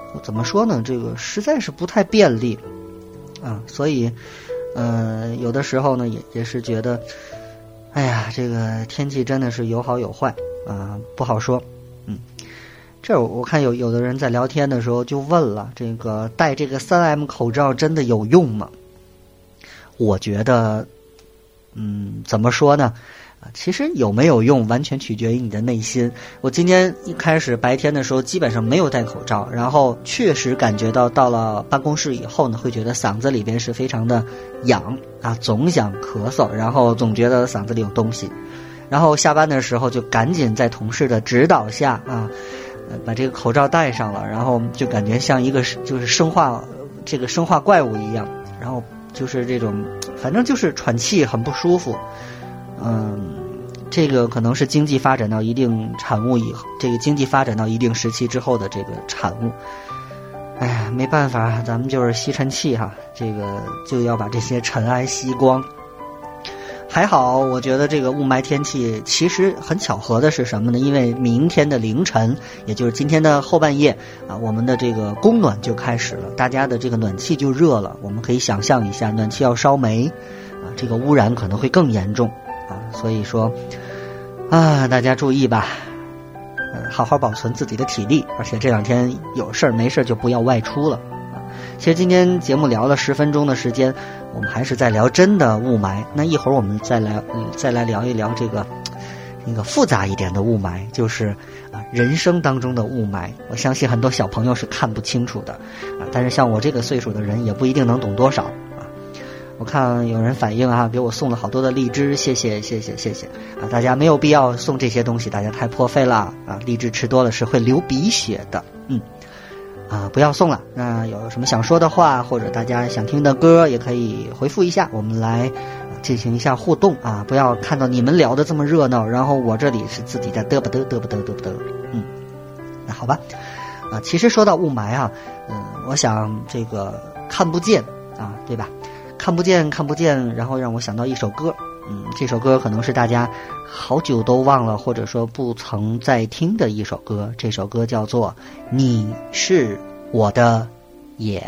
怎么说呢，这个实在是不太便利啊，所以有的时候呢也是觉得，哎呀，这个天气真的是有好有坏啊，不好说。这我看有的人在聊天的时候就问了，这个戴这个 3M 口罩真的有用吗？我觉得怎么说呢，其实有没有用完全取决于你的内心。我今天一开始白天的时候基本上没有戴口罩，然后确实感觉到了办公室以后呢，会觉得嗓子里边是非常的痒啊，总想咳嗽，然后总觉得嗓子里有东西，然后下班的时候就赶紧在同事的指导下啊，把这个口罩戴上了，然后就感觉像一个就是生化怪物一样，然后就是这种反正就是喘气很不舒服。这个可能是经济发展到一定产物以后，这个经济发展到一定时期之后的这个产物。哎呀，没办法，咱们就是吸尘器哈，这个就要把这些尘埃吸光。还好，我觉得这个雾霾天气其实很巧合的是什么呢？因为明天的凌晨，也就是今天的后半夜啊，我们的这个供暖就开始了，大家的这个暖气就热了。我们可以想象一下，暖气要烧煤啊，这个污染可能会更严重啊。所以说啊，大家注意吧，好好保存自己的体力，而且这两天有事儿没事儿就不要外出了。其实今天节目聊了10分钟的时间，我们还是在聊真的雾霾。那一会儿我们再来聊一聊这个复杂一点的雾霾，就是人生当中的雾霾。我相信很多小朋友是看不清楚的但是像我这个岁数的人也不一定能懂多少我看有人反映给我送了好多的荔枝，谢谢大家没有必要送这些东西，大家太破费了荔枝吃多了是会流鼻血的。不要送了。那有什么想说的话，或者大家想听的歌，也可以回复一下，我们来进行一下互动不要看到你们聊的这么热闹，然后我这里是自己在嘚不嘚。那好吧其实说到雾霾我想这个看不见对吧？看不见，然后让我想到一首歌。这首歌可能是大家好久都忘了，或者说不曾再听的一首歌。这首歌叫做《你是我的眼》。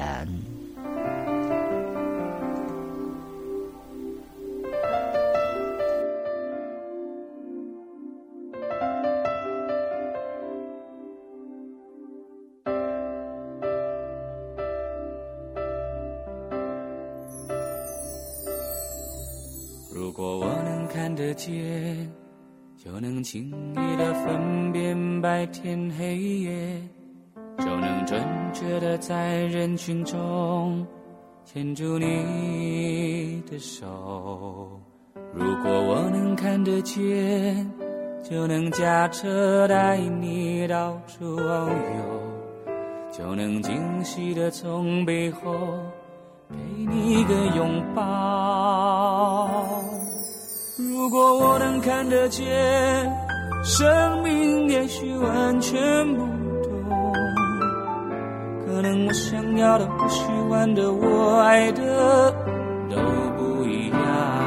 如果我能看得见，就能轻易地分辨白天黑夜，就能准确地在人群中牵住你的手。如果我能看得见，就能驾车带你到处遨游，就能惊喜地从背后给你一个拥抱。如果我能看得见，生命也许完全不同，可能我想要的我喜欢的我爱的都不一样。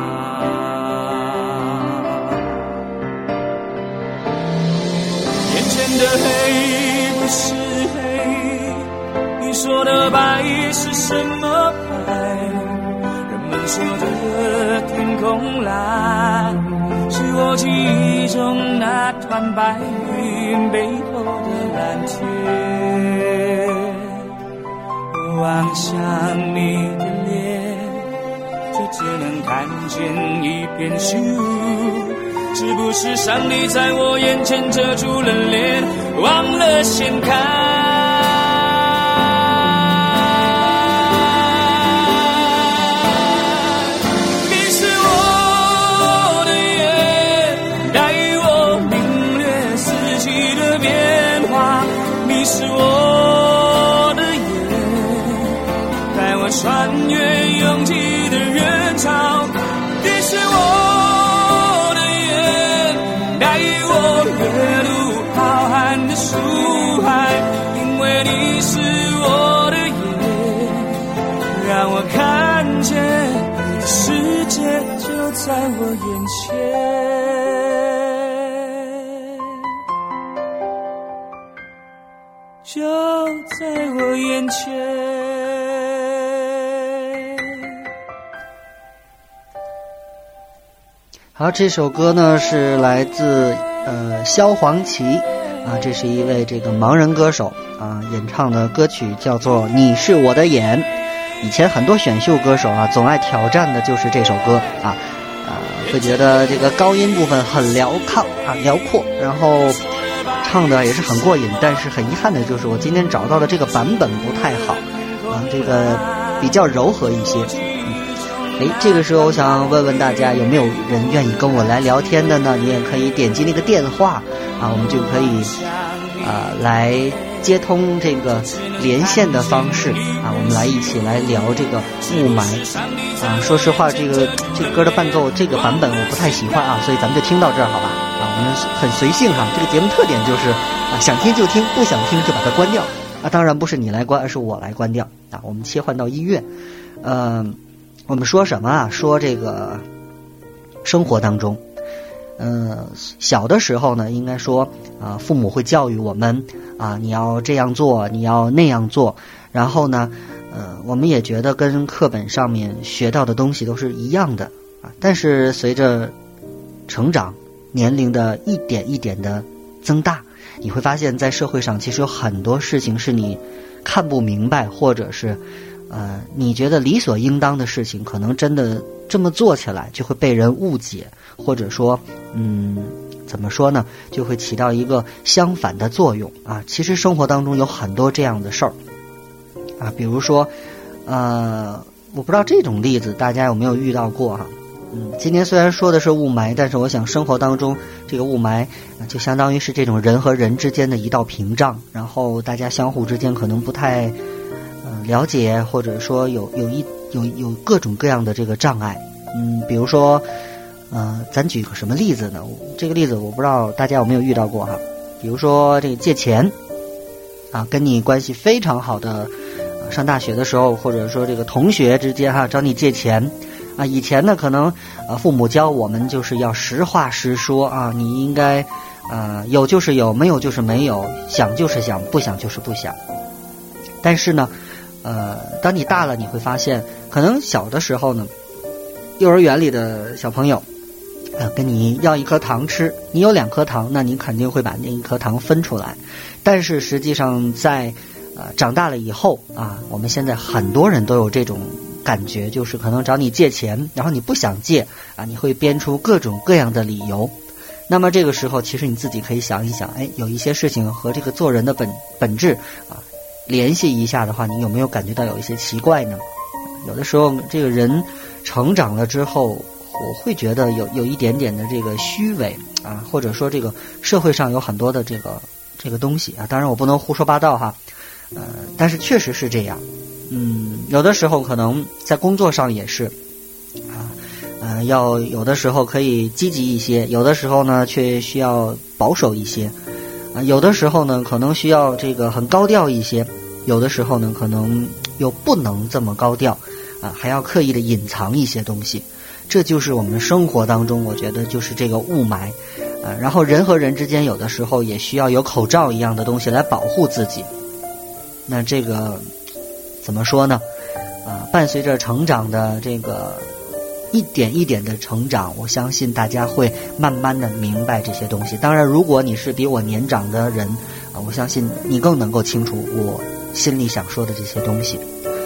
眼前的黑不是黑，你说的白是什么白？人们说的天空蓝，是我记忆中那团白云背后的蓝天。望向你的脸，就只能看见一片虚无，是不是上帝在我眼前遮住了脸，忘了掀开？穿越拥挤的人潮，你是我的眼，带我跃入浩瀚的书海，因为你是我的眼，让我看见世界就在我眼前，就在我眼前。 好，这首歌呢是来自萧煌奇啊，这是一位这个盲人歌手啊演唱的歌曲，叫做《你是我的眼》。以前很多选秀歌手啊总爱挑战的就是这首歌啊，会觉得这个高音部分很辽阔，然后唱的也是很过瘾，但是很遗憾的就是我今天找到的这个版本不太好啊，这个比较柔和一些。这个时候我想问问大家，有没有人愿意跟我来聊天的呢？你也可以点击那个电话啊，我们就可以来接通这个连线的方式啊，我们来一起来聊这个雾霾啊。说实话，这个歌的伴奏这个版本我不太喜欢啊，所以咱们就听到这儿好吧？啊，我们很随性哈。这个节目特点就是想听就听，不想听就把它关掉啊。当然不是你来关，而是我来关掉啊。我们切换到音乐，我们说什么啊？说这个生活当中，小的时候呢，应该说父母会教育我们啊，你要这样做，你要那样做。然后呢，我们也觉得跟课本上面学到的东西都是一样的啊。但是随着成长，年龄的一点一点的增大，你会发现在社会上其实有很多事情是你看不明白，或者是你觉得理所应当的事情，可能真的这么做起来就会被人误解，或者说怎么说呢，就会起到一个相反的作用啊。其实生活当中有很多这样的事儿啊，比如说我不知道这种例子大家有没有遇到过哈。今天虽然说的是雾霾，但是我想生活当中这个雾霾就相当于是这种人和人之间的一道屏障，然后大家相互之间可能不太了解，或者说有各种各样的这个障碍。比如说咱举个什么例子呢？这个例子我不知道大家有没有遇到过哈。比如说这个借钱啊，跟你关系非常好的上大学的时候，或者说这个同学之间哈，找你借钱啊。以前呢可能父母教我们就是要实话实说啊，你应该有就是有，没有就是没有，想就是想，不想就是不想。但是呢当你大了，你会发现可能小的时候呢，幼儿园里的小朋友跟你要一颗糖吃，你有2颗糖，那你肯定会把那1颗糖分出来。但是实际上在长大了以后啊，我们现在很多人都有这种感觉，就是可能找你借钱，然后你不想借啊，你会编出各种各样的理由。那么这个时候其实你自己可以想一想，有一些事情和这个做人的本质联系一下的话，你有没有感觉到有一些奇怪呢？有的时候这个人成长了之后，我会觉得有一点点的这个虚伪啊，或者说这个社会上有很多的这个东西啊，当然我不能胡说八道哈，但是确实是这样。有的时候可能在工作上也是要有的时候可以积极一些，有的时候呢却需要保守一些有的时候呢可能需要这个很高调一些，有的时候呢可能又不能这么高调还要刻意的隐藏一些东西。这就是我们生活当中，我觉得就是这个雾霾然后人和人之间有的时候也需要有口罩一样的东西来保护自己。那这个怎么说呢伴随着成长的这个一点一点的成长，我相信大家会慢慢的明白这些东西。当然如果你是比我年长的人我相信你更能够清楚我心里想说的这些东西。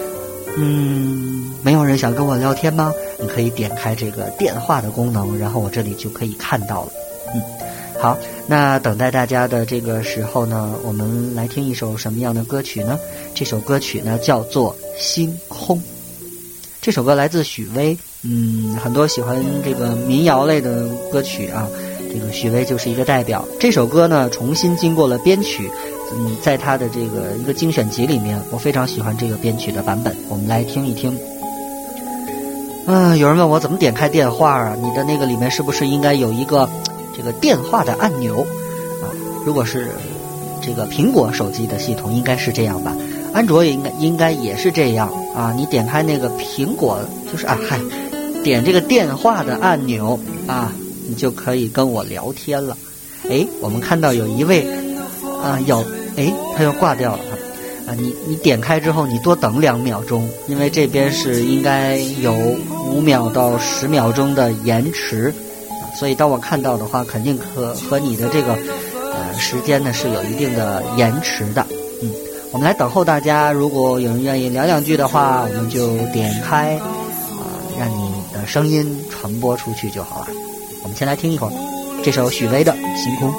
没有人想跟我聊天吗？你可以点开这个电话的功能，然后我这里就可以看到了。好，那等待大家的这个时候呢，我们来听一首什么样的歌曲呢？这首歌曲呢叫做《星空》。这首歌来自许巍，很多喜欢这个民谣类的歌曲啊，这个许巍就是一个代表。这首歌呢重新经过了编曲，在他的这个一个精选集里面，我非常喜欢这个编曲的版本，我们来听一听。有人问我怎么点开电话啊？你的那个里面是不是应该有一个这个电话的按钮如果是这个苹果手机的系统应该是这样吧，安卓也应该也是这样你点开那个苹果就是点这个电话的按钮你就可以跟我聊天了。我们看到有一位他又挂掉了你点开之后你多等2秒钟，因为这边是应该有5秒到10秒钟的延迟，所以当我看到的话，肯定和你的这个时间呢是有一定的延迟的。我们来等候大家，如果有人愿意聊2句的话，我们就点开让你的声音传播出去就好了。我们先来听一会儿这首许巍的《星空》。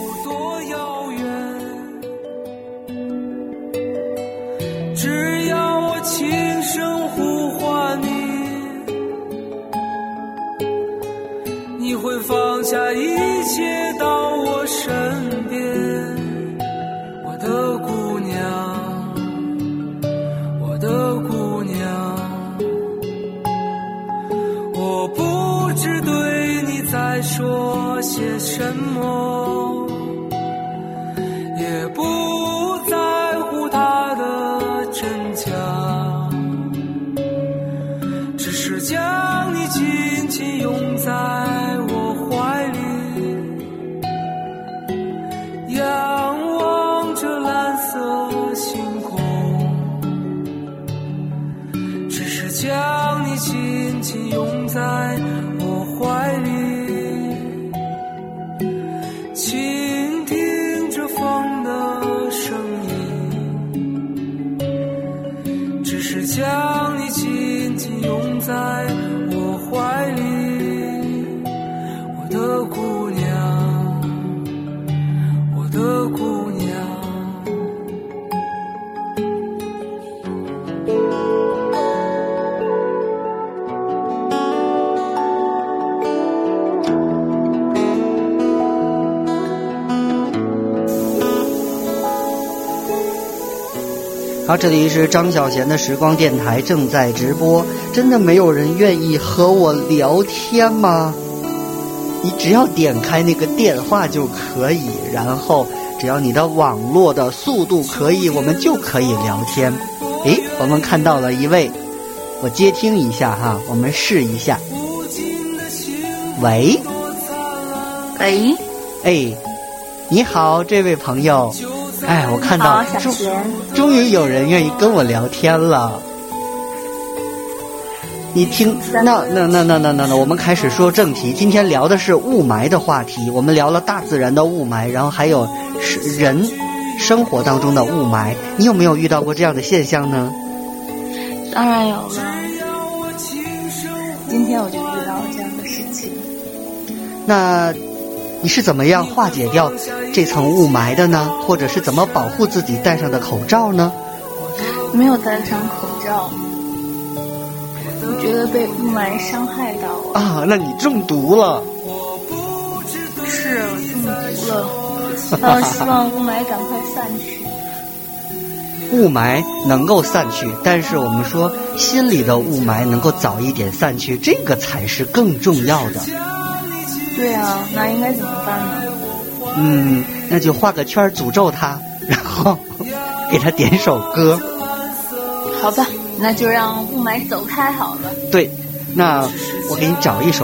只要我轻声呼唤你会放下一切到我身边，我的姑娘，我的姑娘，我不知对你在说些什么，也不在乎它的真假，只是将你紧紧拥在我怀里，仰望着蓝色星空，只是将你紧紧拥在我怀里，倾听着风的声音，只是将你紧紧拥在我怀里，我的姑娘，我的姑娘。 好，这里是张小娴的时光电台正在直播。真的没有人愿意和我聊天吗？你只要点开那个电话就可以，然后只要你的网络的速度可以，我们就可以聊天。诶，我们看到了一位，我接听一下哈，我们试一下。喂， 喂， 哎，你好，这位朋友。哎，我看到终于有人愿意跟我聊天了。你听，那，我们开始说正题。今天聊的是雾霾的话题，我们聊了大自然的雾霾，然后还有人生活当中的雾霾。你有没有遇到过这样的现象呢？ 当然有了，今天我就遇到了这样的事情。 那你是怎么样化解掉这层雾霾的呢？或者是怎么保护自己戴上的口罩呢？ 没有戴上口罩，我觉得被雾霾伤害到了。 啊，那你中毒了。 是，中毒了。希望雾霾赶快散去。 雾霾能够散去，但是我们说心里的雾霾能够早一点散去，这个才是更重要的。 对啊，那应该怎么办呢？那就画个圈诅咒他，然后给他点首歌。 好吧，那就让雾霾走开好了。 对，那我给你找一首，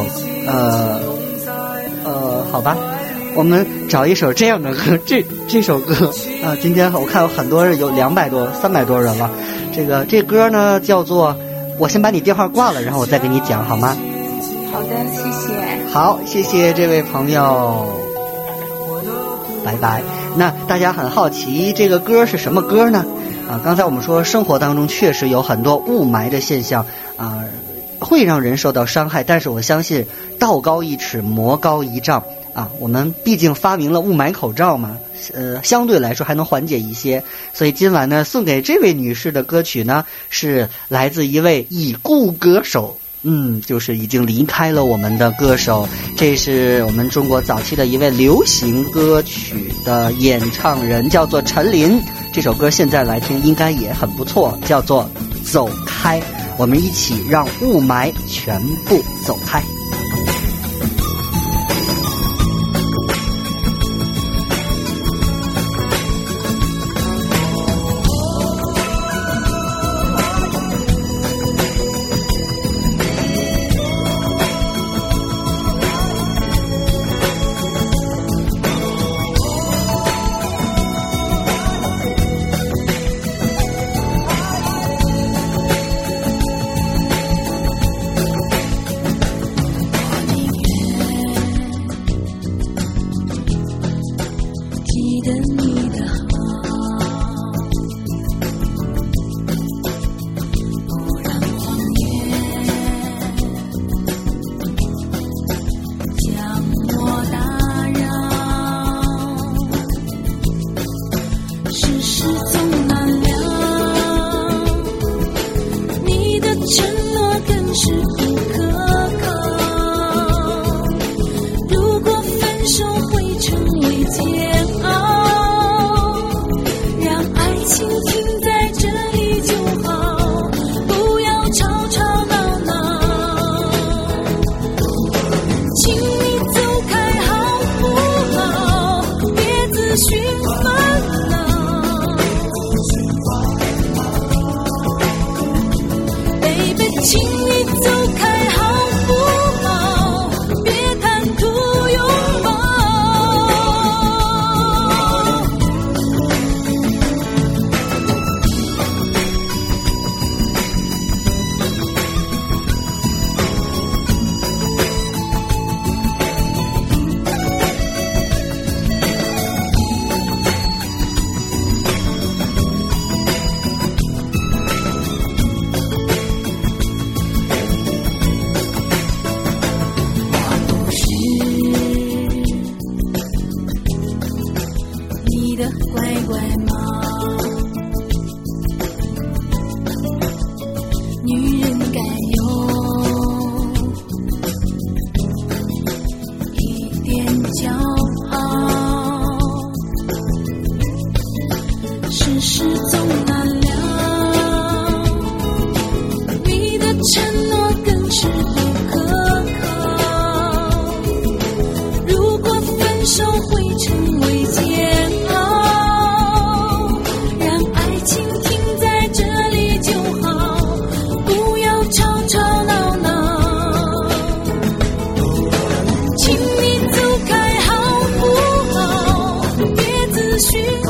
好吧，我们找一首这样的歌，这首歌啊，今天我看有很多人，有200多、300多人了。这歌呢叫做，我先把你电话挂了，然后我再给你讲，好吗？ 好的，谢谢。 好，谢谢这位朋友，拜拜。那大家很好奇这个歌是什么歌呢？刚才我们说生活当中确实有很多雾霾的现象会让人受到伤害，但是我相信道高一尺魔高一丈我们毕竟发明了雾霾口罩嘛，相对来说还能缓解一些。所以今晚呢，送给这位女士的歌曲呢，是来自一位已故歌手。就是已经离开了我们的歌手，这是我们中国早期的一位流行歌曲的演唱人，叫做陈琳。这首歌现在来听应该也很不错，叫做《走开》。我们一起让雾霾全部走开。 许